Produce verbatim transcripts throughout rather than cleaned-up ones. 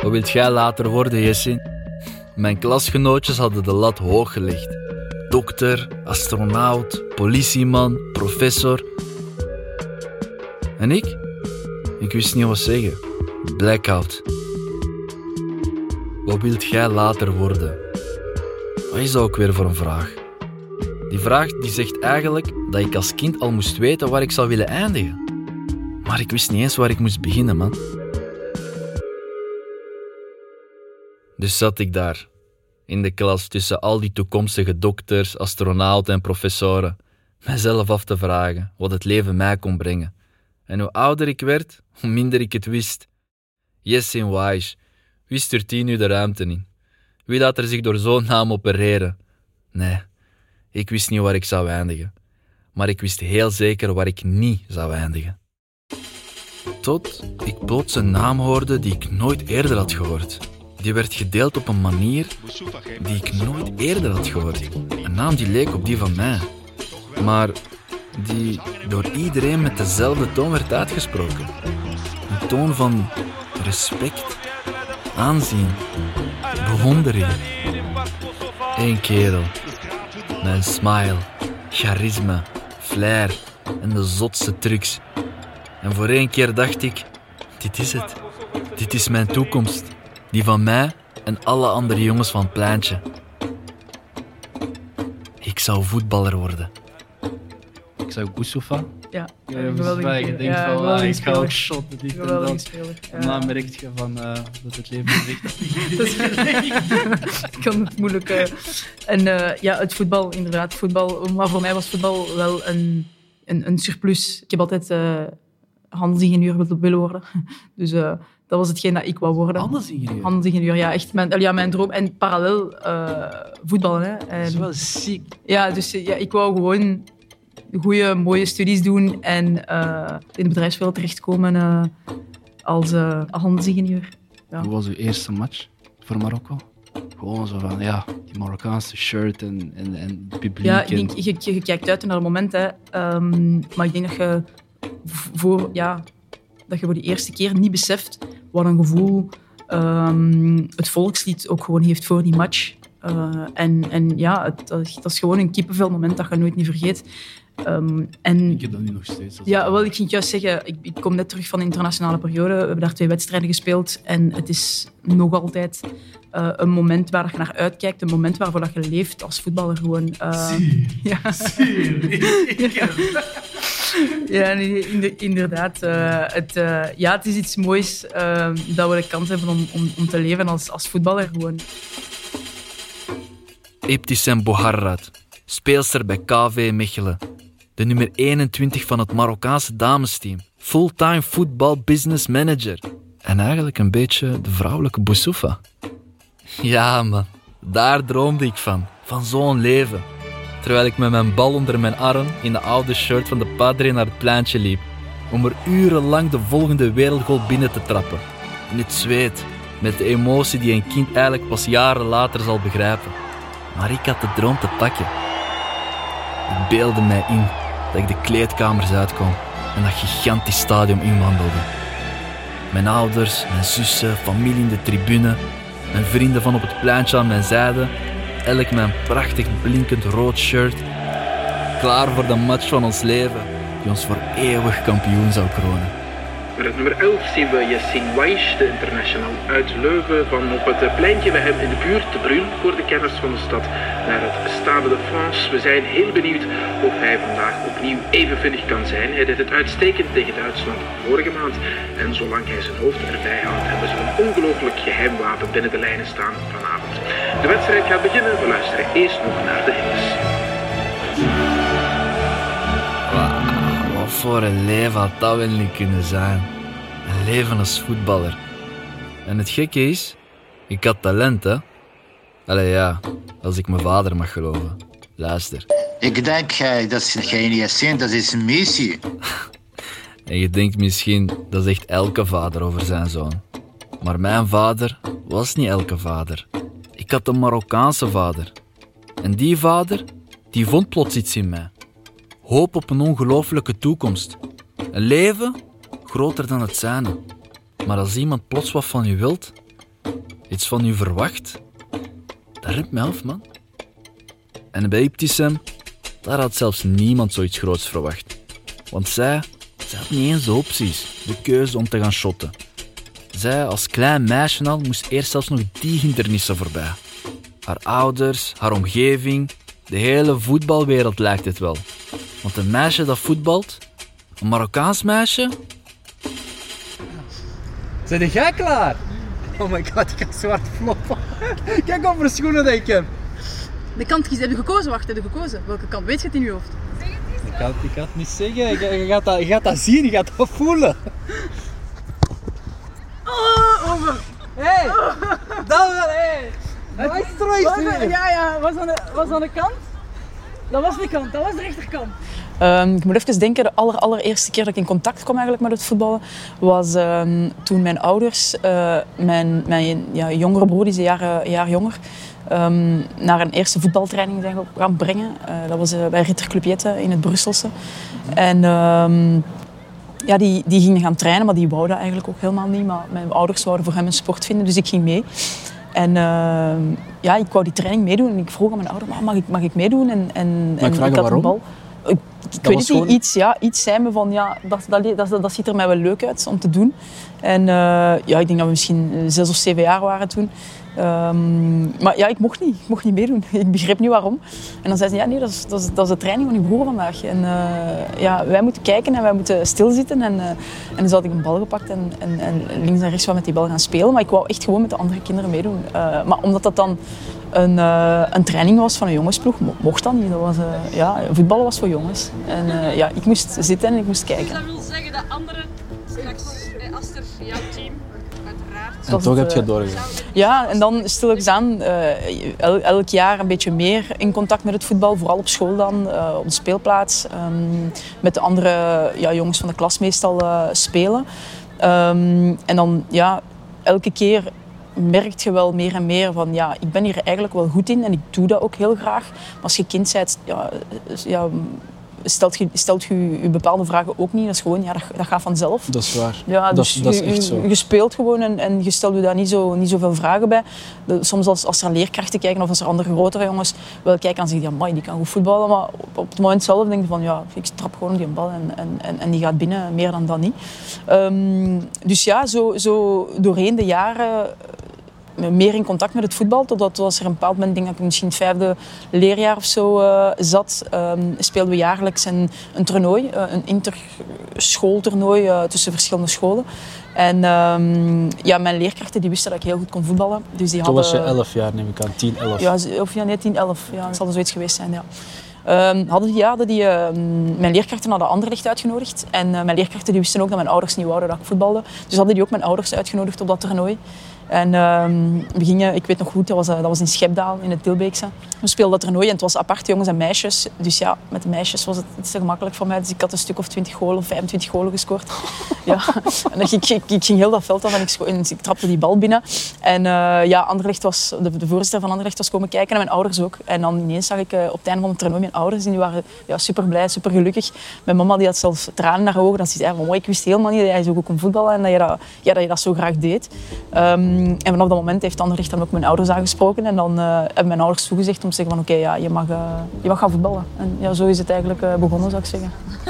Wat wilt jij later worden, Jessin? Mijn klasgenootjes hadden de lat hoog gelegd. Dokter, astronaut, politieman, professor. En ik? Ik wist niet wat zeggen. Blackout. Wat wilt jij later worden? Wat is dat ook weer voor een vraag? Die vraag die zegt eigenlijk dat ik als kind al moest weten waar ik zou willen eindigen. Maar ik wist niet eens waar ik moest beginnen, man. Dus zat ik daar, in de klas tussen al die toekomstige dokters, astronauten en professoren, mijzelf af te vragen wat het leven mij kon brengen. En hoe ouder ik werd, hoe minder ik het wist. Jessin Waish, wie stuurt die nu de ruimte in? Wie laat er zich door zo'n naam opereren? Nee, ik wist niet waar ik zou eindigen. Maar ik wist heel zeker waar ik niet zou eindigen. Tot ik plots een naam hoorde die ik nooit eerder had gehoord. Die werd gedeeld op een manier die ik nooit eerder had gehoord. Een naam die leek op die van mij. Maar die door iedereen met dezelfde toon werd uitgesproken. Een toon van respect, aanzien, bewondering. Eén kerel, met een smile, charisma, flair en de zotste trucs. En voor één keer dacht ik, dit is het. Dit is mijn toekomst. Die van mij en alle andere jongens van het pleintje. Ik zou voetballer worden. Ik zou Boussoufa. Ja, Ja, geweldig. je denkt Ja, van, ah, ik ga speler. ook shotten, dit en Geweldige dat. speler. En Ja. dan merk je van, uh, dat het leven zegt. Ik kan het moeilijk... Uh, en uh, ja, het voetbal, inderdaad. Voetbal, maar voor mij was voetbal wel een, een, een surplus. Ik heb altijd uh, handelsingenieur willen willen worden. Dus uh, dat was hetgeen dat ik wou worden. Handelsingenieur? Handelsingenieur, ja. Echt mijn, ja, mijn droom. En parallel uh, voetballen. Hè. En, Dat is wel ziek. ja, dus ja, ik wou gewoon goede, mooie studies doen en uh, in de bedrijfswereld terechtkomen uh, als uh, handelsingenieur. Ja. Hoe was uw eerste match voor Marokko? Gewoon zo van, ja, die Marokkaanse shirt en, en, en het publiek. Ja, ik en... denk, je, je, je kijkt uit naar het moment, hè. Um, maar ik denk dat je voor, ja, dat je voor de eerste keer niet beseft wat een gevoel um, het volkslied ook gewoon heeft voor die match. Uh, en, en ja, het, dat is gewoon een kippenvel moment dat je nooit niet vergeet. Um, en, Ik heb dat nu nog steeds. Ja, wel, ik ging juist zeggen, ik, ik kom net terug van de internationale periode. We hebben daar twee wedstrijden gespeeld en het is nog altijd uh, een moment waar je naar uitkijkt, een moment waarvoor dat je leeft als voetballer gewoon. Uh, Zie, ja. zie, Ja, nee, inderdaad. Uh, het, uh, ja, het is iets moois uh, dat we de kans hebben om, om, om te leven als, als voetballer gewoon. Ebtissem Bouharrat, speelster bij K V Mechelen. De nummer eenentwintig van het Marokkaanse damesteam. Fulltime voetbal business manager. En eigenlijk een beetje de vrouwelijke Boussoufa. Ja, man. Daar droomde ik van. Van zo'n leven. Terwijl ik met mijn bal onder mijn arm in de oude shirt van de padre naar het pleintje liep. Om er urenlang de volgende wereldgoal binnen te trappen. In het zweet. Met de emotie die een kind eigenlijk pas jaren later zal begrijpen. Maar ik had de droom te pakken. Ik beelde mij in dat ik de kleedkamers uitkwam en dat gigantisch stadion inwandelde. Mijn ouders, mijn zussen, familie in de tribune, mijn vrienden van op het pleintje aan mijn zijde, elk met een prachtig blinkend rood shirt, klaar voor de match van ons leven, die ons voor eeuwig kampioen zou kronen. Met nummer elf zien we Jessin Waish, de international uit Leuven, van op het pleintje bij hem in de buurt, de Brune, voor de kenners van de stad, naar het Stade de France. We zijn heel benieuwd of hij vandaag opnieuw even vinnig kan zijn. Hij deed het uitstekend tegen Duitsland vorige maand. En zolang hij zijn hoofd erbij houdt, hebben ze een ongelooflijk geheim wapen binnen de lijnen staan vanavond. De wedstrijd gaat beginnen. We luisteren eerst nog naar de hits. Wat voor een leven had dat wel niet kunnen zijn. Een leven als voetballer. En het gekke is, ik had talent, hè. Allee ja, als ik mijn vader mag geloven. Luister. Ik denk, uh, dat is geen Jessin, dat is een missie. En je denkt misschien, dat zegt elke vader over zijn zoon. Maar mijn vader was niet elke vader. Ik had een Marokkaanse vader. En die vader, die vond plots iets in mij. Hoop op een ongelooflijke toekomst. Een leven groter dan het zijne. Maar als iemand plots wat van je wilt, iets van u verwacht? Dat remt mij af, man. En bij Ibtisam, daar had zelfs niemand zoiets groots verwacht. Want zij, zij had niet eens de opties, de keuze om te gaan shotten. Zij, als klein meisje al, moest eerst zelfs nog die hindernissen voorbij. Haar ouders, haar omgeving, de hele voetbalwereld lijkt het wel. Want een meisje dat voetbalt, een Marokkaans meisje... Zijn jij klaar? Oh my god, ik ga zwart floppen. Kijk over de schoenen dat ik heb. De kant kiezen. Heb je gekozen? Wacht, heb je gekozen? Welke kant? Weet je het in je hoofd? Ik kan, ik kan het niet zeggen. Je, je, gaat dat, je gaat dat zien, je gaat dat voelen. Oh, over. Hé, hey, dat wel, hé. Hey. Ja, ja, was aan, de, was aan de kant? Dat was die kant, dat was de rechterkant. Um, ik moet even denken, de aller, allereerste keer dat ik in contact kwam eigenlijk met het voetballen was um, toen mijn ouders, uh, mijn, mijn ja, jongere broer, die is een jaar, een jaar jonger, um, naar een eerste voetbaltraining zijn gaan brengen. Uh, dat was uh, bij Ritterclub Jette in het Brusselse. En um, ja, die, die gingen gaan trainen, maar die wou dat eigenlijk ook helemaal niet. Maar mijn ouders wouden voor hem een sport vinden, dus ik ging mee. En uh, ja, ik wou die training meedoen en ik vroeg aan mijn ouder, mag ik, mag ik meedoen? En, en, mag ik en vragen ik had waarom? een bal. Ik, ik weet het niet, iets, ja, iets zei me van, ja, dat, dat, dat, dat ziet er mij wel leuk uit om te doen. En uh, ja, ik denk dat we misschien zes of zeven jaar waren toen. Um, maar ja, ik mocht niet, ik mocht niet meedoen. Ik begreep niet waarom. En dan zei ze, ja nee, dat is, dat is, dat is de training van uw broer vandaag. En uh, ja, wij moeten kijken en wij moeten stilzitten. En, uh, en dus had ik een bal gepakt en, en, en links en rechts wat met die bal gaan spelen. Maar ik wou echt gewoon met de andere kinderen meedoen. Uh, maar omdat dat dan een, uh, een training was van een jongensploeg, mocht dat niet. Dat was, uh, ja, voetballen was voor jongens. En uh, ja, ik moest zitten en ik moest kijken. Dus dat wil zeggen dat anderen straks, als er jouw team uiteraard... En toch heb je het doorgegaan. Ja, en dan stilletjes aan, uh, el, elk jaar een beetje meer in contact met het voetbal. Vooral op school dan, uh, op de speelplaats. Um, met de andere ja, jongens van de klas meestal uh, spelen. Um, en dan ja, elke keer merk je wel meer en meer van ja, ik ben hier eigenlijk wel goed in en ik doe dat ook heel graag. Maar als je kind bent, ja, ja, stelt je, stelt je je bepaalde vragen ook niet. Dat is gewoon, ja, dat, dat gaat vanzelf. Dat is waar. Ja, dat, dus dat is je, echt zo. Je, je speelt gewoon en, en je stelt je daar niet, zo, niet zoveel vragen bij. De, soms als, als er leerkrachten kijken of als er andere grotere jongens wel kijken, dan zeg je, ja, die kan goed voetballen. Maar op, op het moment zelf denk je van, ja, ik trap gewoon op die bal en, en, en, en die gaat binnen, meer dan dat niet. Um, dus ja, zo, zo doorheen de jaren meer in contact met het voetbal, totdat was er een bepaald moment, denk ik misschien het vijfde leerjaar of zo uh, zat, um, speelden we jaarlijks een, een toernooi, uh, een interschooltoernooi uh, tussen verschillende scholen. En um, ja, mijn leerkrachten die wisten dat ik heel goed kon voetballen. Dus die Toen hadden, was je elf jaar, neem ik aan, tien, elf. Ja, of ja, nee, tien, elf. Ja, dat zal er zoiets geweest zijn, ja. Um, hadden die, ja, hadden die, uh, mijn leerkrachten hadden Anderlecht uitgenodigd. En uh, mijn leerkrachten die wisten ook dat mijn ouders niet wouden dat ik voetbalde. Dus hadden die ook mijn ouders uitgenodigd op dat toernooi. En um, we gingen, ik weet nog goed, dat was, uh, dat was in Schepdaal, in het Tilbeekse. We speelden dat toernooi en het was apart, jongens en meisjes. Dus ja, met de meisjes was het iets te gemakkelijk voor mij. Dus ik had een stuk of twintig golen of vijfentwintig golen gescoord. Ja. En dan, ik, ik, ik ging heel dat veld af en ik, sco- en ik trapte die bal binnen. En uh, ja, Anderlecht was, de, de voorzitter van Anderlecht was komen kijken en mijn ouders ook. En dan ineens zag ik uh, op het einde van het toernooi mijn ouders. En die waren ja, super blij, super gelukkig. Mijn mama die had zelfs tranen naar haar ogen. Dat ze zei, van, ik wist helemaal niet dat jij zo goed kon voetballen en dat je dat, ja, dat, je dat zo graag deed. Um, en vanaf dat moment heeft Anderlecht dan ook mijn ouders aangesproken. En dan uh, hebben mijn ouders toegezegd om te zeggen van oké, okay, ja, je, mag, uh, je mag gaan voetballen. En ja, zo is het eigenlijk uh, begonnen, zou ik zeggen.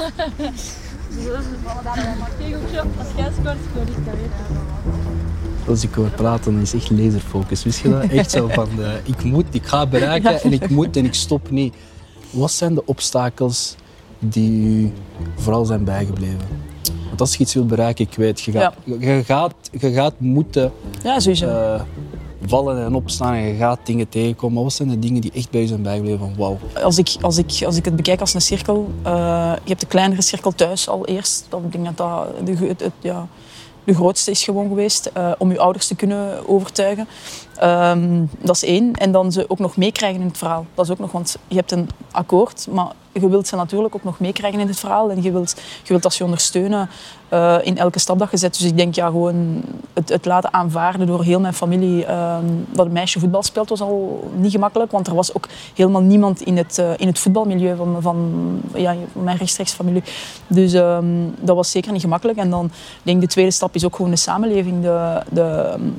Als jij scoort, scoor ik dat weer. Als ik hoor praten, dan is echt laserfocus. Wist je dat? Echt zo van, uh, ik moet, ik ga bereiken ja. en ik moet en ik stop niet. Wat zijn de obstakels die u vooral zijn bijgebleven? Want als je iets wilt bereiken, ik weet, je gaat, ja. je gaat, je gaat moeten ja, sowieso. Uh, vallen en opstaan en je gaat dingen tegenkomen. Maar wat zijn de dingen die echt bij je zijn bijgebleven van wauw? Als ik, als, ik, als ik het bekijk als een cirkel, uh, je hebt de kleinere cirkel thuis al eerst. Ik denk dat dat de, het, het, ja, de grootste is gewoon geweest uh, om je ouders te kunnen overtuigen. Um, dat is één. En dan ze ook nog meekrijgen in het verhaal. Dat is ook nog, want je hebt een akkoord, maar je wilt ze natuurlijk ook nog meekrijgen in het verhaal. En je wilt, je wilt dat ze ondersteunen uh, in elke stap dat je zet. Dus ik denk, ja, gewoon het, het laten aanvaarden door heel mijn familie uh, dat een meisje voetbal speelt, was al niet gemakkelijk. Want er was ook helemaal niemand in het, uh, in het voetbalmilieu van, van ja, mijn rechtstreeks familie. Dus uh, dat was zeker niet gemakkelijk. En dan denk ik, de tweede stap is ook gewoon de samenleving. De, de,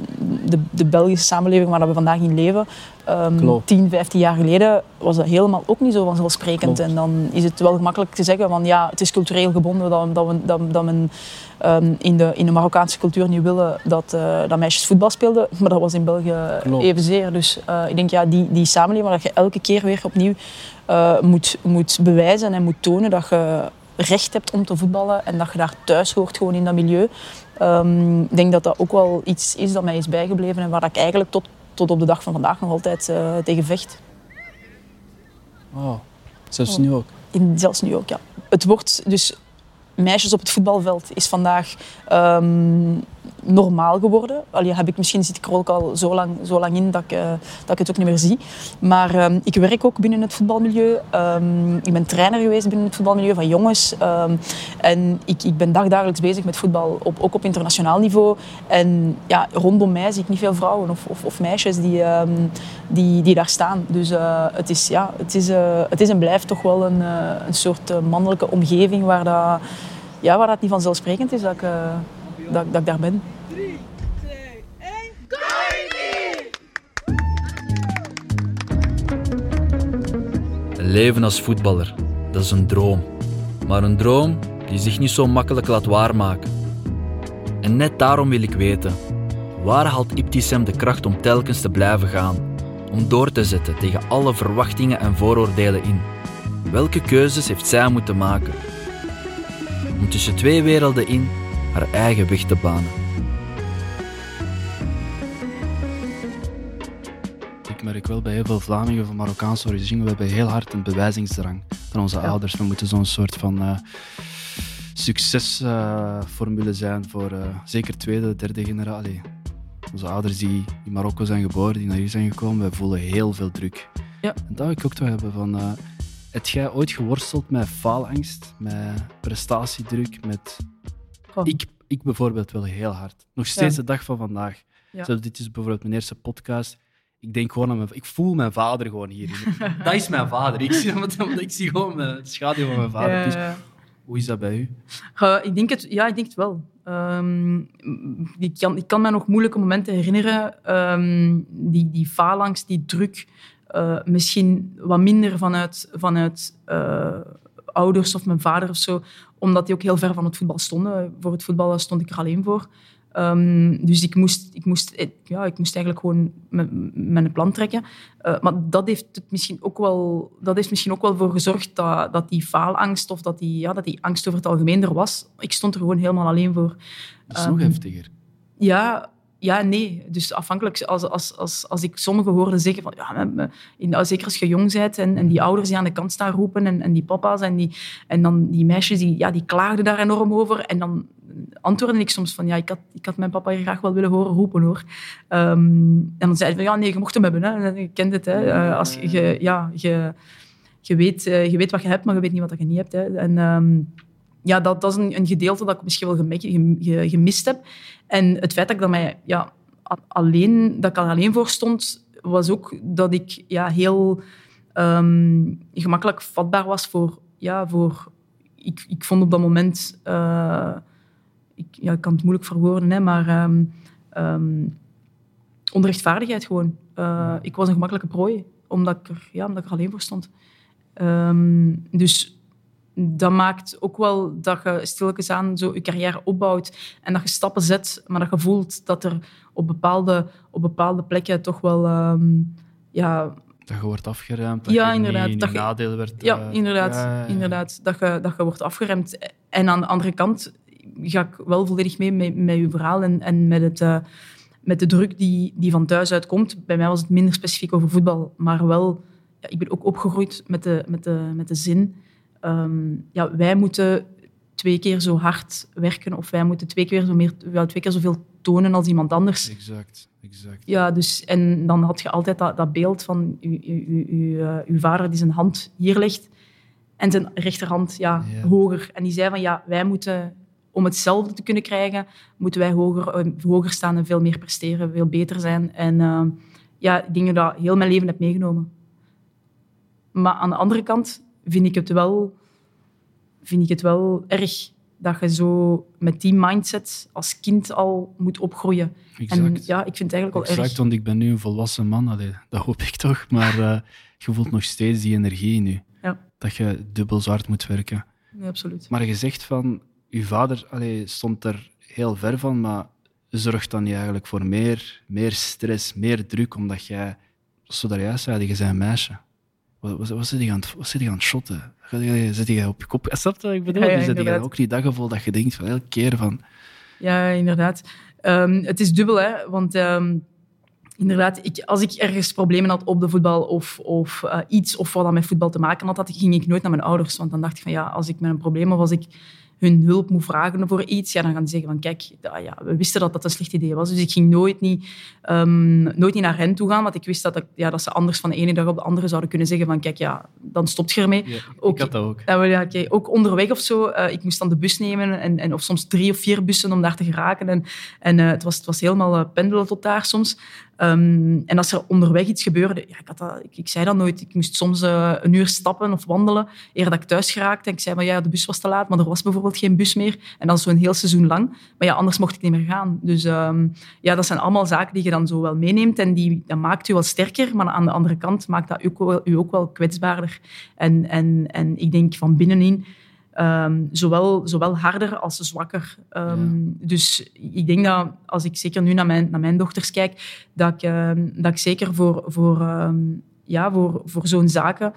de, de Belgische samenleving waar we vandaag in leven. Um, tien, vijftien jaar geleden was dat helemaal ook niet zo vanzelfsprekend. Klopt. En dan is het wel gemakkelijk te zeggen van ja, het is cultureel gebonden dat, dat, we, dat, dat men um, in, de, in de Marokkaanse cultuur niet willen dat, uh, dat meisjes voetbal speelden. Maar dat was in België Klopt. evenzeer. Dus uh, ik denk ja, die, die samenleving waar je elke keer weer opnieuw uh, moet, moet bewijzen en moet tonen dat je recht hebt om te voetballen en dat je daar thuis hoort gewoon in dat milieu. Um, ik denk dat dat ook wel iets is dat mij is bijgebleven en waar ik eigenlijk tot, tot op de dag van vandaag nog altijd uh, tegen vecht. Oh, zelfs oh. nu ook? In, zelfs nu ook, ja. Het wordt dus... Meisjes op het voetbalveld is vandaag um, normaal geworden. Allee, heb ik, misschien zit ik er ook al zo lang, zo lang in dat ik, uh, dat ik het ook niet meer zie. Maar um, ik werk ook binnen het voetbalmilieu. Um, ik ben trainer geweest binnen het voetbalmilieu van jongens. Um, en ik, ik ben dagdagelijks bezig met voetbal, op, ook op internationaal niveau. En ja, rondom mij zie ik niet veel vrouwen of, of, of meisjes die, um, die, die daar staan. Dus uh, het, is, ja, het, is, uh, het is en blijft toch wel een, uh, een soort uh, mannelijke omgeving waar dat... Ja, waar dat niet vanzelfsprekend is dat ik, uh, dat, dat ik daar ben. drie, twee, één, Leven als voetballer, dat is een droom. Maar een droom die zich niet zo makkelijk laat waarmaken. En net daarom wil ik weten, waar haalt Ibtissem de kracht om telkens te blijven gaan? Om door te zetten tegen alle verwachtingen en vooroordelen in? Welke keuzes heeft zij moeten maken? Om tussen twee werelden in haar eigen weg te banen. Ik merk wel bij heel veel Vlamingen van Marokkaanse origine, we hebben heel hard een bewijzingsdrang van onze ja. ouders. We moeten zo'n soort van uh, succesformule uh, zijn voor uh, zeker tweede, derde generatie. Onze ouders die in Marokko zijn geboren, die naar hier zijn gekomen, we voelen heel veel druk. Ja. En dat wil ik ook toch hebben van... Uh, heb jij ooit geworsteld met faalangst, met prestatiedruk, met... Oh. Ik, ik bijvoorbeeld wel heel hard. Nog steeds ja. de dag van vandaag. Ja. Zo, dit is bijvoorbeeld mijn eerste podcast. Ik denk gewoon aan mijn... Ik voel mijn vader gewoon hier. Dat is mijn vader. Ik zie, ik zie gewoon de schaduw van mijn vader. Ja, ja. Dus, hoe is dat bij u? Uh, ik denk het, ja, ik denk het wel. Um, ik, kan, ik kan me nog moeilijke momenten herinneren. Um, die, die faalangst, die druk... Uh, misschien wat minder vanuit, vanuit uh, ouders of mijn vader of zo, omdat die ook heel ver van het voetbal stonden. Voor het voetbal stond ik er alleen voor. Um, dus ik moest, ik, moest, ja, ik moest eigenlijk gewoon met, met een plan trekken. Uh, maar dat heeft, het misschien ook wel, dat heeft misschien ook wel voor gezorgd dat, dat die faalangst of dat die, ja, dat die angst over het algemeen er was. Ik stond er gewoon helemaal alleen voor. Dat is um, nog heftiger. Ja... Ja, nee. Dus afhankelijk, als, als, als, als ik sommigen hoorde zeggen van, ja, in, zeker als je jong bent en, en die ouders die aan de kant staan roepen en, en die papa's en, die, en dan die meisjes, die, ja, die klaagden daar enorm over. En dan antwoordde ik soms van, ja, ik had, ik had mijn papa hier graag wel willen horen roepen, hoor. Um, en dan zei hij van, ja, nee, je mocht hem hebben, hè. Je kent het, hè. Uh, als je, ja, je, je, weet, uh, je weet wat je hebt, maar je weet niet wat je niet hebt, hè. En... Um, Ja, dat, dat is een, een gedeelte dat ik misschien wel gem, gemist heb. En het feit dat ik, dat mij, ja, alleen, dat ik er alleen voor stond, was ook dat ik ja, heel um, gemakkelijk vatbaar was voor... Ja, voor ik, ik vond op dat moment... Uh, ik, ja, ik kan het moeilijk verwoorden, hè, maar... Um, um, onrechtvaardigheid gewoon. Uh, ik was een gemakkelijke prooi, omdat ik er, ja, omdat ik er alleen voor stond. Um, dus... Dat maakt ook wel dat je stilletjes aan zo je carrière opbouwt en dat je stappen zet, maar dat je voelt dat er op bepaalde, op bepaalde plekken toch wel... Um, ja, dat je wordt afgeremd, dat ja, je inderdaad, niet dat in je, nadeel werd... Ja, uh, inderdaad. Ja, ja, ja. inderdaad dat, je, dat je wordt afgeremd. En aan de andere kant ga ik wel volledig mee met, met je verhaal en, en met, het, uh, met de druk die, die van thuis uitkomt. Bij mij was het minder specifiek over voetbal, maar wel... Ja, ik ben ook opgegroeid met de, met de, met de zin... Um, ja, wij moeten twee keer zo hard werken of wij moeten twee keer, zo meer, ja, twee keer zoveel tonen als iemand anders. Exact, exact. Ja, dus, en dan had je altijd dat, dat beeld van uw, uw, uw, uh, uw vader die zijn hand hier legt en zijn rechterhand ja, yeah. hoger. En die zei van, ja, wij moeten, om hetzelfde te kunnen krijgen, moeten wij hoger, uh, hoger staan en veel meer presteren, veel beter zijn. En uh, ja, dingen dat ik heel mijn leven heb meegenomen. Maar aan de andere kant... vind ik het wel, vind ik het wel erg dat je zo met die mindset als kind al moet opgroeien. Exact. En ja, ik vind het eigenlijk wel Exact, erg... want ik ben nu een volwassen man. Allee, dat hoop ik toch. Maar uh, je voelt nog steeds die energie in je. Ja. Dat je dubbel zo hard moet werken. Nee, absoluut. Maar je zegt van, je vader allee, stond er heel ver van, maar zorgt dan niet eigenlijk voor meer, meer stress, meer druk, omdat jij, zoals juist zei, je bent een meisje. Wat, wat, wat zit je aan het, wat zit je aan het shotten? Zit je op je kop? Snap je wat ik bedoel? Ja, ja, dus zit je inderdaad. ook niet dat gevoel dat je denkt van elke keer van... Ja, inderdaad. Um, het is dubbel, hè. Want um, inderdaad, ik, als ik ergens problemen had op de voetbal of, of uh, iets of wat dat met voetbal te maken had, had, ging ik nooit naar mijn ouders. Want dan dacht ik van ja, als ik met een probleem of als ik hun hulp moet vragen voor iets, ja, dan gaan die zeggen van kijk, ja, we wisten dat dat een slecht idee was. Dus ik ging nooit niet, um, nooit niet naar hen toe gaan, want ik wist dat, ik, ja, dat ze anders van de ene dag op de andere zouden kunnen zeggen van kijk, ja, dan stopt je ermee. Ja, ook, ik had dat ook. Ja, ja, okay, ook onderweg of zo. Uh, ik moest dan de bus nemen en, en, of soms drie of vier bussen om daar te geraken. En, en uh, het, was, het was helemaal uh, pendelen tot daar soms. Um, en als er onderweg iets gebeurde, ja, ik, had dat, ik, ik zei dat nooit. Ik moest soms uh, een uur stappen of wandelen eer dat ik thuis geraakte. En ik zei, maar ja, de bus was te laat, maar er was bijvoorbeeld geen bus meer. En dat is zo'n heel seizoen lang. Maar ja, anders mocht ik niet meer gaan. Dus um, ja, dat zijn allemaal zaken die je dan zo wel meeneemt. En die, dat maakt je wel sterker, maar aan de andere kant maakt dat u ook wel, u ook wel kwetsbaarder. En, en, en ik denk van binnenin... Um, zowel, zowel harder als zwakker. Um, ja. Dus ik denk dat, als ik zeker nu naar mijn, naar mijn dochters kijk, dat ik, um, dat ik zeker voor, voor, um, ja, voor, voor zo'n zaken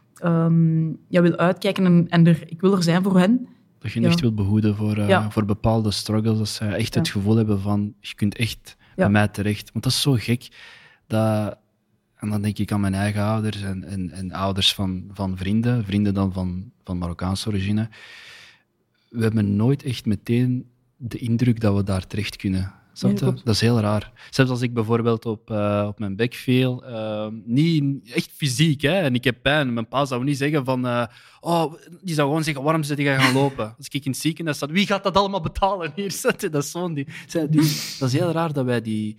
um, ja, wil uitkijken en, en er, ik wil er zijn voor hen. Dat je ja. echt wilt behoeden voor, uh, ja. voor bepaalde struggles. Dat ze echt ja. het gevoel hebben van, je kunt echt ja. bij mij terecht. Want dat is zo gek. Dat... En dan denk ik aan mijn eigen ouders en, en, en ouders van, van vrienden, vrienden dan van, van Marokkaanse origine. We hebben nooit echt meteen de indruk dat we daar terecht kunnen. Nee, dat, dat is heel raar. Zelfs als ik bijvoorbeeld op, uh, op mijn bek viel, uh, niet echt fysiek, hè, en ik heb pijn. Mijn pa zou niet zeggen van... Uh, oh, die zou gewoon zeggen, waarom zit je gaan lopen? Als ik in het ziekenhuis sta, wie gaat dat allemaal betalen? Hier zit dat zo'n die. Dus, dat is heel raar dat wij die...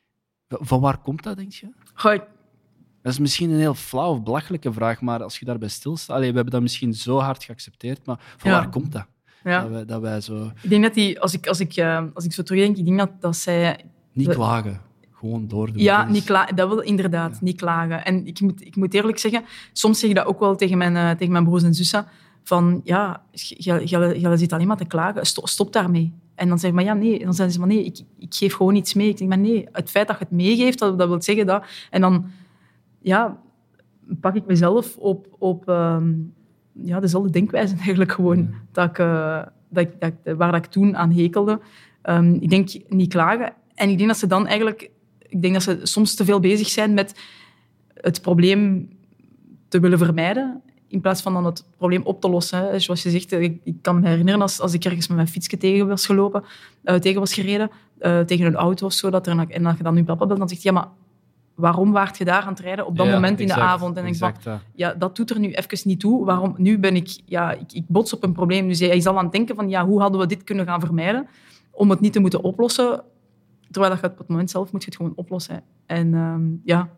Van waar komt dat, denk je? Goh, dat is misschien een heel flauw of belachelijke vraag, maar als je daarbij stilstaat... Allee, we hebben dat misschien zo hard geaccepteerd, maar van ja. waar komt dat? Ja. Dat, wij, dat wij zo... Ik denk dat die, als ik, als ik, uh, als ik zo terugdenk, ik denk dat, dat zij... Niet dat... klagen, gewoon doordoen. Ja, niet klagen, dat wil inderdaad, ja. niet klagen. En ik moet, ik moet eerlijk zeggen, soms zeg ik dat ook wel tegen mijn, uh, tegen mijn broers en zussen, van ja, je zit alleen maar te klagen, stop, stop daarmee. En dan zeg ik, maar ja, nee. En dan zeggen ze, maar nee, ik, ik geef gewoon iets mee. Ik denk, maar nee, het feit dat je het meegeeft, dat, dat wil zeggen dat... En dan... Ja, pak ik mezelf op, op um, ja, dezelfde denkwijze eigenlijk gewoon. Ja. Dat ik, uh, dat ik, dat ik, waar dat ik toen aan hekelde. Um, ik denk niet klagen. En ik denk dat ze dan eigenlijk... Ik denk dat ze soms te veel bezig zijn met het probleem te willen vermijden, in plaats van dan het probleem op te lossen. Hè. Zoals je zegt, ik, ik kan me herinneren als, als ik ergens met mijn fietsje tegen was gelopen, uh, tegen was gereden, uh, tegen een auto of zo, dat er, en dat je dan nu papa belt, dan zegt hij, ja, maar waarom waart je daar aan het rijden op dat ja, moment exact, in de avond? En ik exact, van, ja, dat doet er nu even niet toe. Waarom? Nu ben ik, ja, ik, ik bots op een probleem. Dus hij zal aan het denken van, ja, hoe hadden we dit kunnen gaan vermijden om het niet te moeten oplossen? Terwijl dat je op het moment zelf moet je het gewoon oplossen. En um, ja,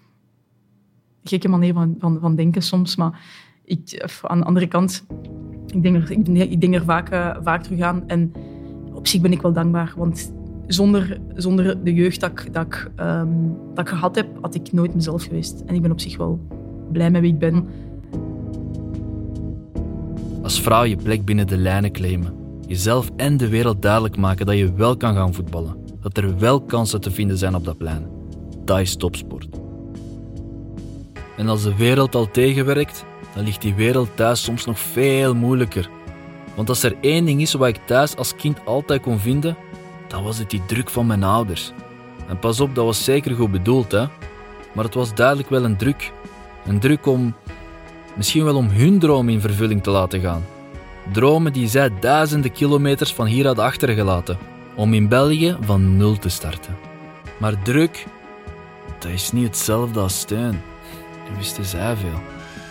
gekke manier van, van, van denken soms. Maar ik, aan de andere kant, ik denk er, ik denk er vaak, uh, vaak terug aan. En op zich ben ik wel dankbaar, want zonder, zonder de jeugd dat ik, dat, ik, um, dat ik gehad heb, had ik nooit mezelf geweest. En ik ben op zich wel blij met wie ik ben. Als vrouw je plek binnen de lijnen claimen. Jezelf en de wereld duidelijk maken dat je wel kan gaan voetballen. Dat er wel kansen te vinden zijn op dat plein. Dat is topsport. En als de wereld al tegenwerkt, dan ligt die wereld thuis soms nog veel moeilijker. Want als er één ding is wat ik thuis als kind altijd kon vinden, dan was het die druk van mijn ouders. En pas op, dat was zeker goed bedoeld, hè. Maar het was duidelijk wel een druk. Een druk om, misschien wel om hun droom in vervulling te laten gaan. Dromen die zij duizenden kilometers van hier hadden achtergelaten. Om in België van nul te starten. Maar druk, dat is niet hetzelfde als steun. Dat wisten zij veel.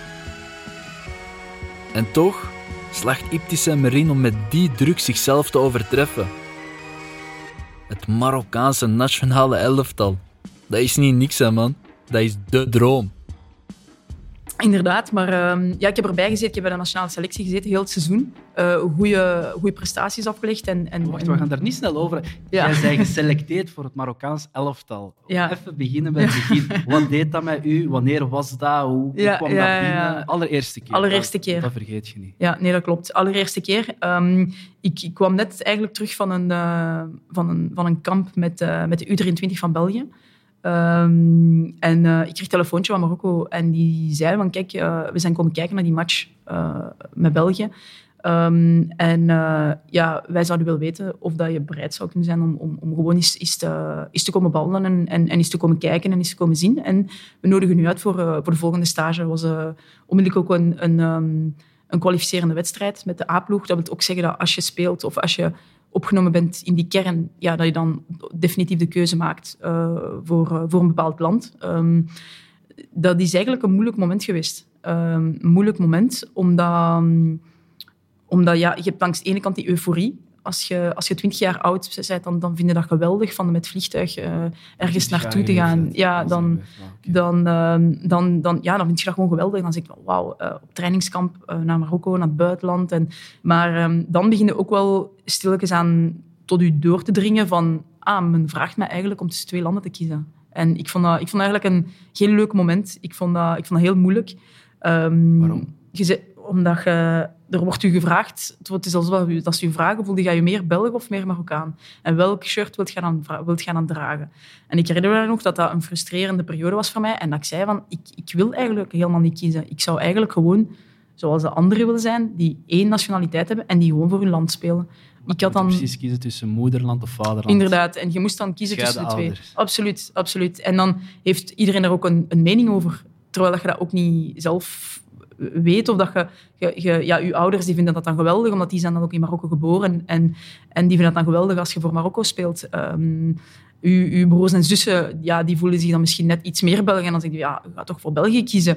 En toch slaagt Ibtissam erin om met die druk zichzelf te overtreffen. Het Marokkaanse nationale elftal. Dat is niet niks, hè, man. Dat is de droom. Inderdaad, maar um, ja, ik heb erbij gezeten. Ik heb bij de nationale selectie gezeten, heel het seizoen. Uh, goede prestaties afgelegd. En, en, Wacht, en... we gaan daar niet snel over. Ja. Jij bent geselecteerd voor het Marokkaans elftal. Ja. Even beginnen bij het begin. Wat deed dat met u? Wanneer was dat? Hoe, ja, hoe kwam ja, dat binnen? ja. Allereerste keer. Allereerste dat, keer. Dat vergeet je niet. Ja, nee, dat klopt. Allereerste keer. Um, ik, ik kwam net eigenlijk terug van een, uh, van een, van een kamp met, uh, met de U drieëntwintig van België. Um, en uh, ik kreeg een telefoontje van Marokko en die zei van kijk, uh, we zijn komen kijken naar die match uh, met België. Um, en uh, ja, wij zouden wel weten of dat je bereid zou kunnen zijn om, om, om gewoon eens, eens, te, eens te komen ballen en, en, en eens te komen kijken en eens te komen zien. En we nodigen u uit voor, uh, voor de volgende stage. Dat was uh, onmiddellijk ook een, een, um, een kwalificerende wedstrijd met de A-ploeg. Dat wil ook zeggen dat als je speelt of als je opgenomen bent in die kern, ja, dat je dan definitief de keuze maakt uh, voor, uh, voor een bepaald land. Um, dat is eigenlijk een moeilijk moment geweest. Um, een moeilijk moment, omdat, um, omdat ja, je hebt langs de ene kant die euforie. Als je, als je twintig jaar oud bent, dan, dan vind je dat geweldig, van met het vliegtuig uh, ergens naartoe te gaan. Ja, dan, dan, uh, dan, dan, ja, dan vind je dat gewoon geweldig. Dan zeg ik, wauw, uh, op trainingskamp uh, naar Marokko, naar het buitenland. En, maar um, dan begin je ook wel stilletjes aan tot je door te dringen van, ah, men vraagt mij eigenlijk om tussen twee landen te kiezen. En ik vond dat, ik vond dat eigenlijk een heel leuk moment. Ik vond dat, ik vond dat heel moeilijk. Um, Waarom? Je, omdat je... Er wordt u gevraagd, het is alsof dat ze u vragen, voelde je je meer Belg of meer Marokkaan? En welk shirt wilt je dan, wilt je dan dragen? En ik herinner me nog dat dat een frustrerende periode was voor mij. En dat ik zei van, ik, ik wil eigenlijk helemaal niet kiezen. Ik zou eigenlijk gewoon, zoals de anderen willen zijn, die één nationaliteit hebben en die gewoon voor hun land spelen. Maar ik had dan... precies kiezen tussen moederland of vaderland. Inderdaad, en je moest dan kiezen Scheiden tussen de twee. ouders. Absoluut, absoluut. En dan heeft iedereen er ook een, een mening over, terwijl dat je dat ook niet zelf weet. Of dat je, je, je... Ja, je ouders die vinden dat dan geweldig, omdat die zijn dan ook in Marokko geboren. En, en die vinden dat dan geweldig als je voor Marokko speelt. Um, uw, uw broers en zussen, ja, die voelen zich dan misschien net iets meer Belg. En dan zeg je, ja, je gaat toch voor België kiezen.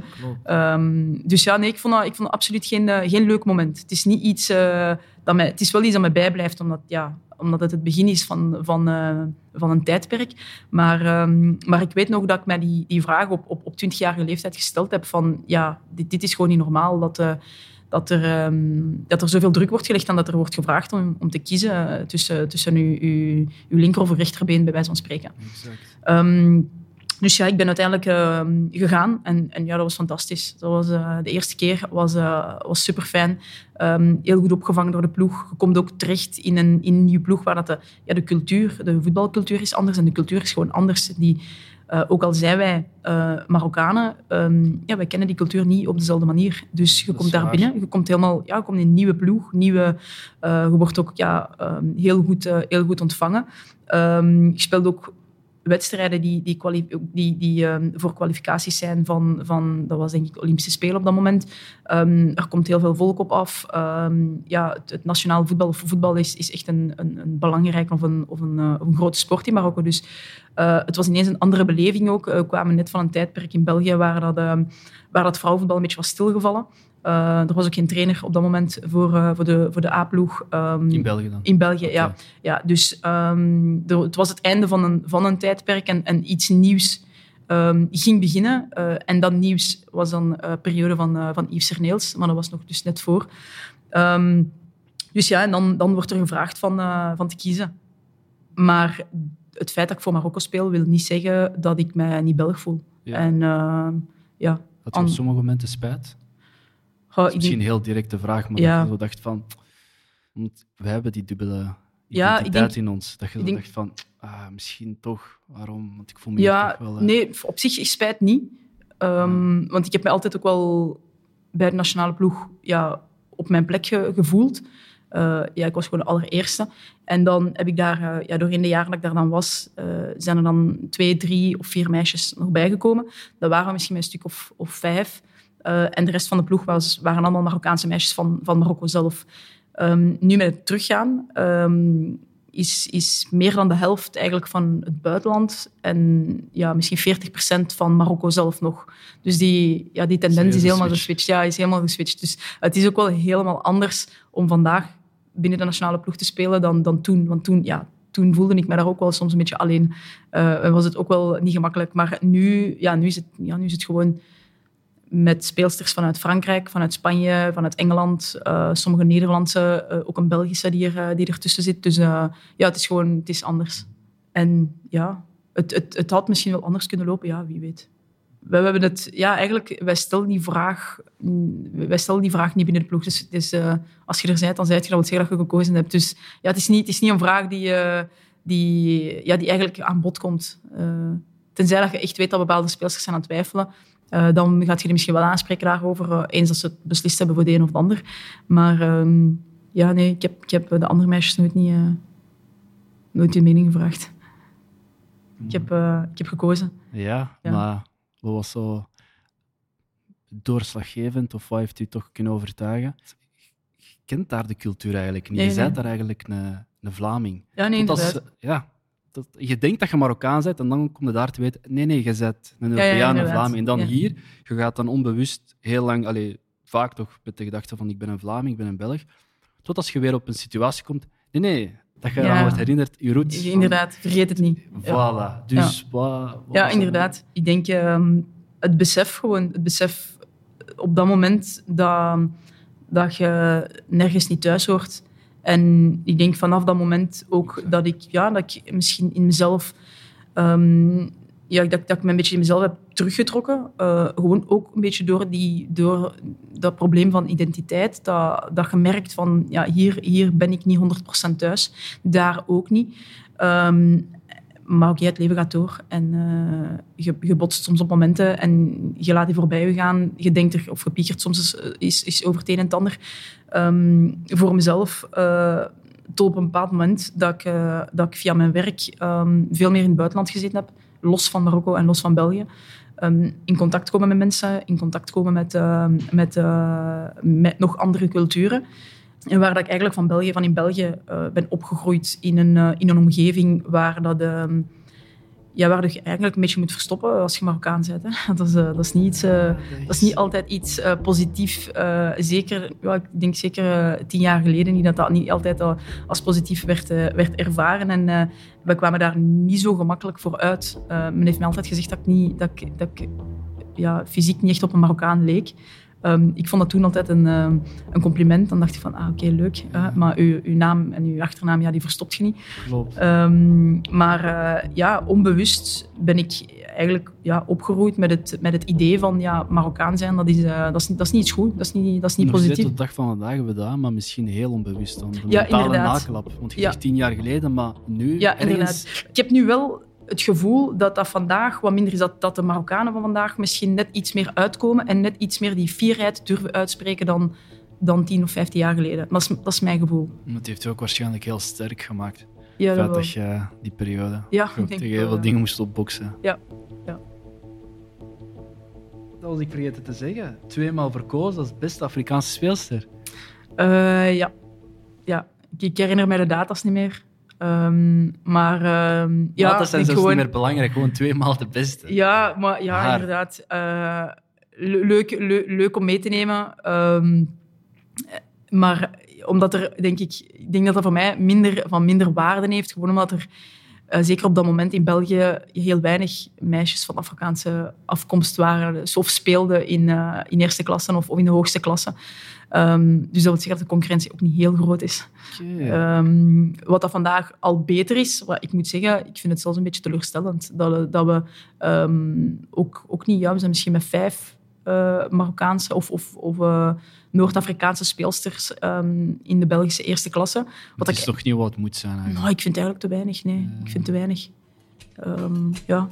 Um, dus ja, nee, ik vond dat, ik vond dat absoluut geen, geen leuk moment. Het is niet iets... Uh, dat mij, het is wel iets dat mij bijblijft, omdat... Ja, omdat het het begin is van, van, uh, van een tijdperk. Maar, um, maar ik weet nog dat ik mij die, die vraag op, op, op twintigjarige leeftijd gesteld heb van ja, dit, dit is gewoon niet normaal dat, uh, dat, er, um, dat er zoveel druk wordt gelegd en dat er wordt gevraagd om, om te kiezen uh, tussen, tussen uw, uw, uw linker- of uw rechterbeen, bij wijze van spreken. Exact. Um, Dus ja, ik ben uiteindelijk uh, gegaan en, en ja, dat was fantastisch. Dat was, uh, de eerste keer was, uh, was super fijn. Um, heel goed opgevangen door de ploeg. Je komt ook terecht in een, in een nieuwe ploeg waar dat de, ja, de cultuur, de voetbalcultuur is anders en de cultuur is gewoon anders. Die, uh, ook al zijn wij uh, Marokkanen, um, ja, wij kennen die cultuur niet op dezelfde manier. Dus je komt daar waar. binnen, je komt helemaal, ja, je komt in een nieuwe ploeg, nieuwe, uh, je wordt ook ja, um, heel, goed, uh, heel goed ontvangen. Um, je speelt ook wedstrijden die, die, kwali- die, die um, voor kwalificaties zijn van, van... Dat was denk ik Olympische Spelen op dat moment. Um, er komt heel veel volk op af. Um, ja, het, het nationaal voetbal, of voetbal is, is echt een, een, een belangrijke of een, of, een, uh, of een grote sport in Marokko. Dus uh, het was ineens een andere beleving ook. Uh, we kwamen net van een tijdperk in België waar dat, uh, waar dat vrouwenvoetbal een beetje was stilgevallen. Uh, er was ook geen trainer op dat moment voor, uh, voor, de, voor de A-ploeg. Um, In België dan? In België, Okay. ja. ja. Dus um, de, het was het einde van een, van een tijdperk en, en iets nieuws um, ging beginnen. Uh, en dat nieuws was dan een uh, periode van, uh, van Yves Serneels, maar dat was nog dus net voor. Um, dus ja, en dan, dan wordt er gevraagd van, uh, van te kiezen. Maar het feit dat ik voor Marokko speel, wil niet zeggen dat ik mij niet Belg voel. Ja. En uh, ja... Had je op sommige momenten spijt? Oh, Dat is misschien een heel directe vraag, maar ja. dat je zo dacht van... Want we hebben die dubbele Ja, ik identiteit denk- in ons. Dat je zo ik denk- dacht van, ah, misschien toch, waarom? Want ik voel me Ja, hier toch wel... eh, nee, op zich is spijt niet. Um, want ik heb me altijd ook wel bij de nationale ploeg ja, op mijn plek ge- gevoeld. Uh, ja, ik was gewoon de allereerste. En dan heb ik daar, uh, ja, doorheen de jaren dat ik daar dan was, uh, zijn er dan twee, drie of vier meisjes nog bijgekomen. Dat waren misschien een stuk of, of vijf. Uh, en de rest van de ploeg was, waren allemaal Marokkaanse meisjes van, van Marokko zelf. Um, nu met het teruggaan um, is, is meer dan de helft eigenlijk van het buitenland en ja, misschien veertig procent van Marokko zelf nog. Dus die, ja, die tendens Serieuze is helemaal switch. geswitcht. Ja, is helemaal geswitcht. Dus het is ook wel helemaal anders om vandaag binnen de nationale ploeg te spelen dan, dan toen. Want toen, ja, toen voelde ik me daar ook wel soms een beetje alleen. Uh, en was het ook wel niet gemakkelijk. Maar nu, ja, nu, is, het, ja, nu is het gewoon... met speelsters vanuit Frankrijk, vanuit Spanje, vanuit Engeland, uh, sommige Nederlandse, uh, ook een Belgische die, er, uh, die ertussen zit. Dus uh, ja, het is gewoon het is anders. En ja, het, het, het had misschien wel anders kunnen lopen, ja, wie weet. We, we hebben het, ja, eigenlijk, wij stellen die vraag, wij stellen die vraag niet binnen de ploeg. Dus, dus uh, als je er bent, dan zeg je dat het zeggen dat je gekozen hebt. Dus ja, het is niet, het is niet een vraag die, uh, die, ja, die eigenlijk aan bod komt. Uh, tenzij dat je echt weet dat bepaalde spelers zijn aan het twijfelen. Uh, dan gaat je die misschien wel aanspreken daarover, uh, eens dat ze het beslist hebben voor de een of de ander. Maar uh, ja, nee, ik heb, ik heb de andere meisjes nooit, niet, uh, nooit hun mening gevraagd. Ik heb, uh, ik heb gekozen. Ja, Ja. maar wat was zo doorslaggevend of wat heeft u toch kunnen overtuigen? Je kent daar de cultuur eigenlijk niet. Nee, Je nee. bent daar eigenlijk een, een Vlaming. Ja, nee, Tot als- inderdaad. ja, dat, je denkt dat je Marokkaan bent en dan kom je daar te weten, nee, nee, je bent een ja, Europeaan, een inderdaad. Vlaming. En dan Ja. hier, je gaat dan onbewust heel lang, allee, vaak toch met de gedachte van ik ben een Vlaming, ik ben een Belg. Tot als je weer op een situatie komt, nee, nee, dat je Ja. aan wordt herinnerd, je roots. Inderdaad, vergeet het niet. Ja. Voilà. Dus wat, wat Ja, was dat? inderdaad. Ik denk ehm, het besef gewoon, het besef op dat moment dat, dat je nergens niet thuis hoort. En ik denk vanaf dat moment ook dat ik, ja, dat ik misschien in mezelf, ehm, ja, dat, dat ik me een beetje in mezelf heb teruggetrokken. Uh, gewoon ook een beetje door, die, door dat probleem van identiteit. Dat, dat je merkt van, ja, hier, hier ben ik niet honderd procent thuis. Daar ook niet. Um, Maar oké, het leven gaat door en uh, je, je botst soms op momenten en je laat die voorbij je gaan. Je denkt er, of je piekert soms is, is, is over het een en het ander. Um, voor mezelf, uh, tot op een bepaald moment dat ik, uh, dat ik via mijn werk um, veel meer in het buitenland gezeten heb, los van Marokko en los van België. Um, in contact komen met mensen, in contact komen met, uh, met, uh, met nog andere culturen. En waar dat ik eigenlijk van, België, van in België uh, ben opgegroeid in een, uh, in een omgeving waar, dat, uh, ja, waar dat je eigenlijk een beetje moet verstoppen als je Marokkaan bent. Hè. Dat, is, uh, dat, is niet iets, uh, dat is niet altijd iets uh, positiefs. Uh, zeker, ja, ik denk zeker uh, tien jaar geleden niet dat dat niet altijd uh, als positief werd, uh, werd ervaren. En uh, we kwamen daar niet zo gemakkelijk voor uit. Uh, men heeft mij altijd gezegd dat ik, niet, dat ik, dat ik ja, fysiek niet echt op een Marokkaan leek. Um, ik vond dat toen altijd een, uh, een compliment. Dan dacht ik van, ah, oké, okay, leuk. Uh, maar uw, uw naam en uw achternaam, ja, die verstopt je niet. Klopt. Um, maar uh, ja, onbewust ben ik eigenlijk ja, opgegroeid met het, met het idee van ja, Marokkaan zijn, dat is, uh, dat is, dat is niet iets goed. Dat is niet, dat is niet Nog positief. steeds op de dag van vandaag hebben we dat, maar misschien heel onbewust. Dan. De Ja, mentale inderdaad. naklap. Want je Ja. zegt tien jaar geleden, maar nu Ja, ergens... inderdaad. Ik heb nu wel het gevoel dat dat vandaag wat minder is. Dat, dat de Marokkanen van vandaag misschien net iets meer uitkomen en net iets meer die fierheid durven uitspreken dan, dan tien of vijftien jaar geleden. Dat is, dat is mijn gevoel. Dat heeft je ook waarschijnlijk heel sterk gemaakt. Ja, Het dat feit wel. dat je die periode Ja, ook ik denk tegen wel, heel veel ja. dingen moest opboksen. Ja, ja. Dat was ik vergeten te zeggen. Tweemaal verkozen als beste Afrikaanse speelster. Uh, ja. ja. Ik, ik herinner mij de data's niet meer. Um, maar um, ja, Ja, dat zijn ik zelfs gewoon, niet meer belangrijk. Gewoon tweemaal de beste. Ja, maar ja, Haar. inderdaad. Uh, le- leuk, le- leuk om mee te nemen. Um, maar omdat er, denk ik, ik denk dat dat voor mij minder, van minder waarde heeft. Gewoon omdat er, uh, zeker op dat moment in België, heel weinig meisjes van Afrikaanse afkomst waren. Dus of speelden in, uh, in eerste klasse of, of in de hoogste klasse. Um, dus dat wil zeggen dat de concurrentie ook niet heel groot is. Okay. Um, wat dat vandaag al beter is, wat ik moet zeggen, ik vind het zelfs een beetje teleurstellend dat, dat we um, ook, ook niet, ja, we zijn misschien met vijf uh, Marokkaanse of, of, of uh, Noord-Afrikaanse speelsters um, in de Belgische eerste klasse. Wat Het is ik, toch niet wat het moet zijn eigenlijk. nou, ik vind het eigenlijk te weinig, nee. Ik vind het te weinig. Um, ja.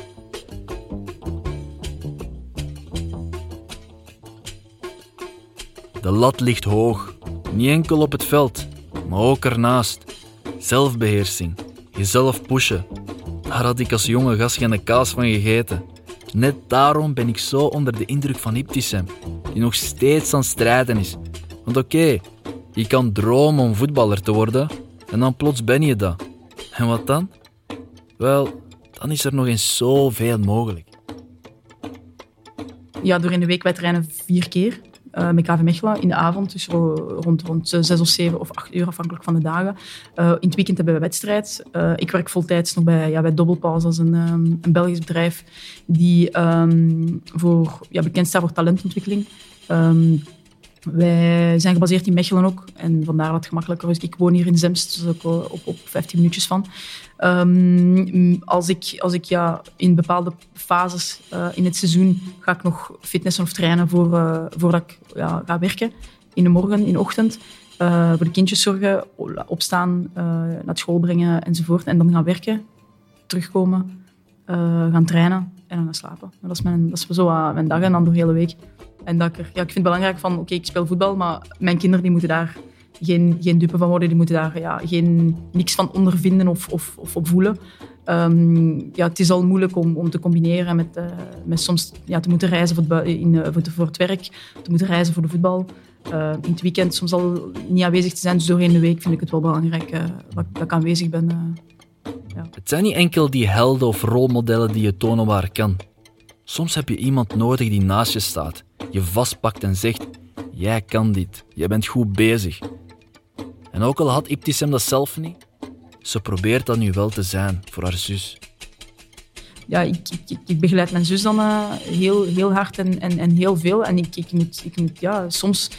De lat ligt hoog. Niet enkel op het veld, maar ook ernaast. Zelfbeheersing. Jezelf pushen. Daar had ik als jonge gast geen kaas van gegeten. Net daarom ben ik zo onder de indruk van Ibtissam, die nog steeds aan het strijden is. Want oké, okay, je kan dromen om voetballer te worden en dan plots ben je dat. En wat dan? Wel, dan is er nog eens zoveel mogelijk. ja, door in de week, wij trainen vier keer. uh, met K V Mechelen in de avond. Dus rond, rond zes of zeven of acht uur, afhankelijk van de dagen. Uh, in het weekend hebben we wedstrijd. Uh, ik werk voltijds nog bij, ja, bij Doublepause, dat is een, um, een Belgisch bedrijf die um, voor, ja, bekend staat voor talentontwikkeling. Um, Wij zijn gebaseerd in Mechelen ook. En vandaar dat het gemakkelijker is. Ik woon hier in Zemst, dus ook op, op vijftien minuutjes van. Um, als ik, als ik ja, in bepaalde fases uh, in het seizoen ga ik nog fitnessen of trainen voor, uh, voordat ik ja, ga werken. In de morgen, in de ochtend. Uh, voor de kindjes zorgen, opstaan, uh, naar school brengen enzovoort. En dan gaan werken, terugkomen, uh, gaan trainen en dan gaan slapen. Dat is, mijn, dat is zo uh, mijn dag en dan door de hele week. En dat ik, er, ja, ik vind het belangrijk van, oké, okay, ik speel voetbal, maar mijn kinderen die moeten daar geen, geen dupe van worden. Die moeten daar ja, geen, niks van ondervinden of, of, of op voelen. Um, ja, het is al moeilijk om, om te combineren met, uh, met soms ja, te moeten reizen voor het, in, uh, voor, de, voor het werk, te moeten reizen voor de voetbal. Uh, in het weekend soms al niet aanwezig te zijn. Dus doorheen de week vind ik het wel belangrijk uh, dat, dat ik aanwezig ben. Uh, ja. Het zijn niet enkel die helden of rolmodellen die je tonen waar het kan. Soms heb je iemand nodig die naast je staat, je vastpakt en zegt: jij kan dit, jij bent goed bezig. En ook al had Ibtissem dat zelf niet, ze probeert dat nu wel te zijn voor haar zus. Ja, ik, ik, ik begeleid mijn zus dan uh, heel, heel hard en, en, en heel veel. En ik, ik moet, ik moet ja, soms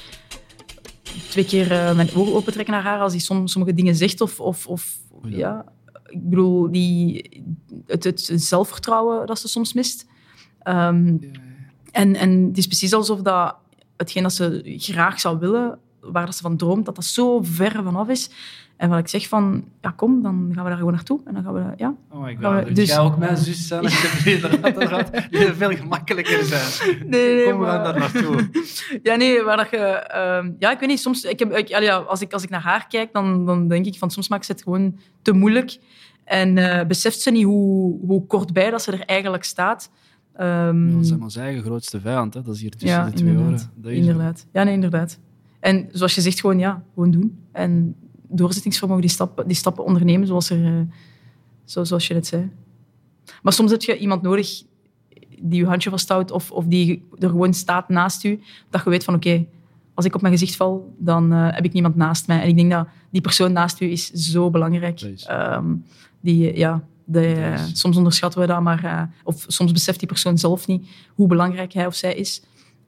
twee keer uh, mijn ogen opentrekken naar haar als die som, sommige dingen zegt. Of, of, of ja. ja, ik bedoel, die, het, het zelfvertrouwen dat ze soms mist. Um, ja. en, en het is precies alsof dat hetgeen dat ze graag zou willen, waar dat ze van droomt, dat dat zo ver vanaf is. En wat ik zeg van, ja kom, dan gaan we daar gewoon naartoe. En dan gaan we, ja. Oh my god, we, dus jij ook mijn zus zijn? Dat gaat veel gemakkelijker zijn. Nee, nee, kom, we gaan daar naartoe. Ja, nee, maar dat je... Uh, ja, ik weet niet, soms... Ik heb, ik, ja, als, ik, als ik naar haar kijk, dan, dan denk ik van, soms maakt ze het gewoon te moeilijk. En uh, beseft ze niet hoe, hoe kortbij dat ze er eigenlijk staat. Um, dat is helemaal zijn eigen grootste vijand, hè? Dat is hier tussen ja, de twee oren. Dat is inderdaad. Ja, nee, inderdaad. En zoals je zegt, gewoon, ja, gewoon doen. En doorzettingsvermogen, die stappen, die stappen ondernemen, zoals, er, uh, zo, zoals je net zei. Maar soms heb je iemand nodig die je handje vasthoudt of, of die er gewoon staat naast je, dat je weet van, oké, okay, als ik op mijn gezicht val, dan uh, heb ik niemand naast mij. En ik denk dat die persoon naast u is zo belangrijk. Um, die, ja... De, uh, soms onderschatten we dat, maar, uh, of soms beseft die persoon zelf niet hoe belangrijk hij of zij is.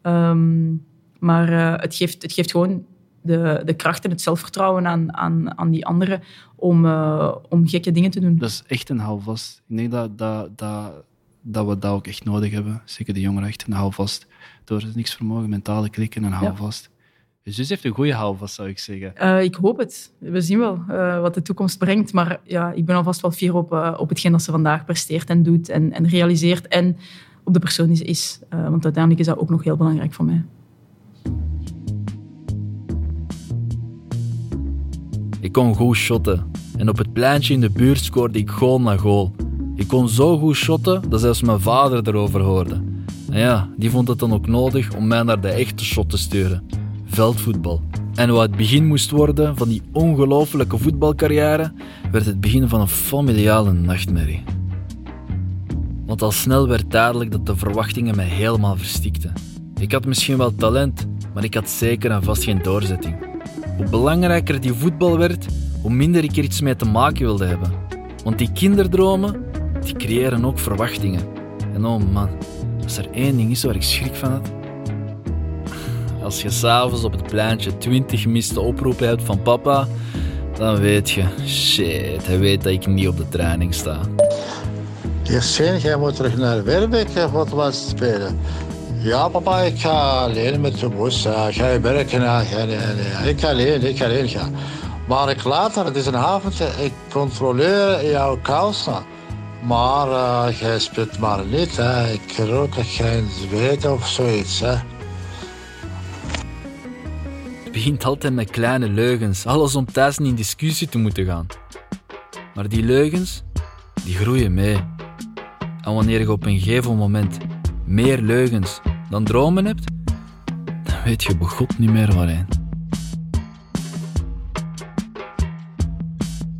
Um, maar uh, het, geeft, het geeft gewoon de, de kracht en het zelfvertrouwen aan, aan, aan die anderen om, uh, om gekke dingen te doen. Dat is echt een houvast. Ik denk dat, dat, dat, dat we dat ook echt nodig hebben. Zeker de jongeren, echt een houvast. Doorzettingsvermogen, mentale klikken en houvast. Ja. Je zus heeft een goede houvast, zou ik zeggen. Uh, ik hoop het. We zien wel uh, wat de toekomst brengt. Maar ja, ik ben alvast wel fier op, uh, op hetgeen dat ze vandaag presteert en doet en, en realiseert. En op de persoon die ze is. Uh, want uiteindelijk is dat ook nog heel belangrijk voor mij. Ik kon goed shotten. En op het pleintje in de buurt scoorde ik goal na goal. Ik kon zo goed shotten dat zelfs mijn vader erover hoorde. En ja, die vond het dan ook nodig om mij naar de echte shot te sturen. Veldvoetbal. En wat het begin moest worden van die ongelooflijke voetbalcarrière, werd het begin van een familiale nachtmerrie. Want al snel werd duidelijk dat de verwachtingen mij helemaal verstikten. Ik had misschien wel talent, maar ik had zeker en vast geen doorzetting. Hoe belangrijker die voetbal werd, hoe minder ik er iets mee te maken wilde hebben. Want die kinderdromen, die creëren ook verwachtingen. En oh man, als er één ding is waar ik schrik van had... Als je s'avonds op het pleintje twintig gemiste oproepen hebt van papa, dan weet je, shit, hij weet dat ik niet op de training sta. Jessien, jij moet terug naar Werbeek voor het was spelen. Ja, papa, ik ga alleen met de bus. Uh, ga je werken? Ja, nee, nee. Ik alleen, ik alleen ga. Maar ik later, het is een avondje, ik controleer jouw kousen. Maar uh, jij speelt maar niet, hè. Ik rook geen zweet of zoiets, hè. Het begint altijd met kleine leugens, alles om thuis niet in discussie te moeten gaan. Maar die leugens, die groeien mee. En wanneer je op een gegeven moment meer leugens dan dromen hebt, dan weet je begot niet meer waarheen.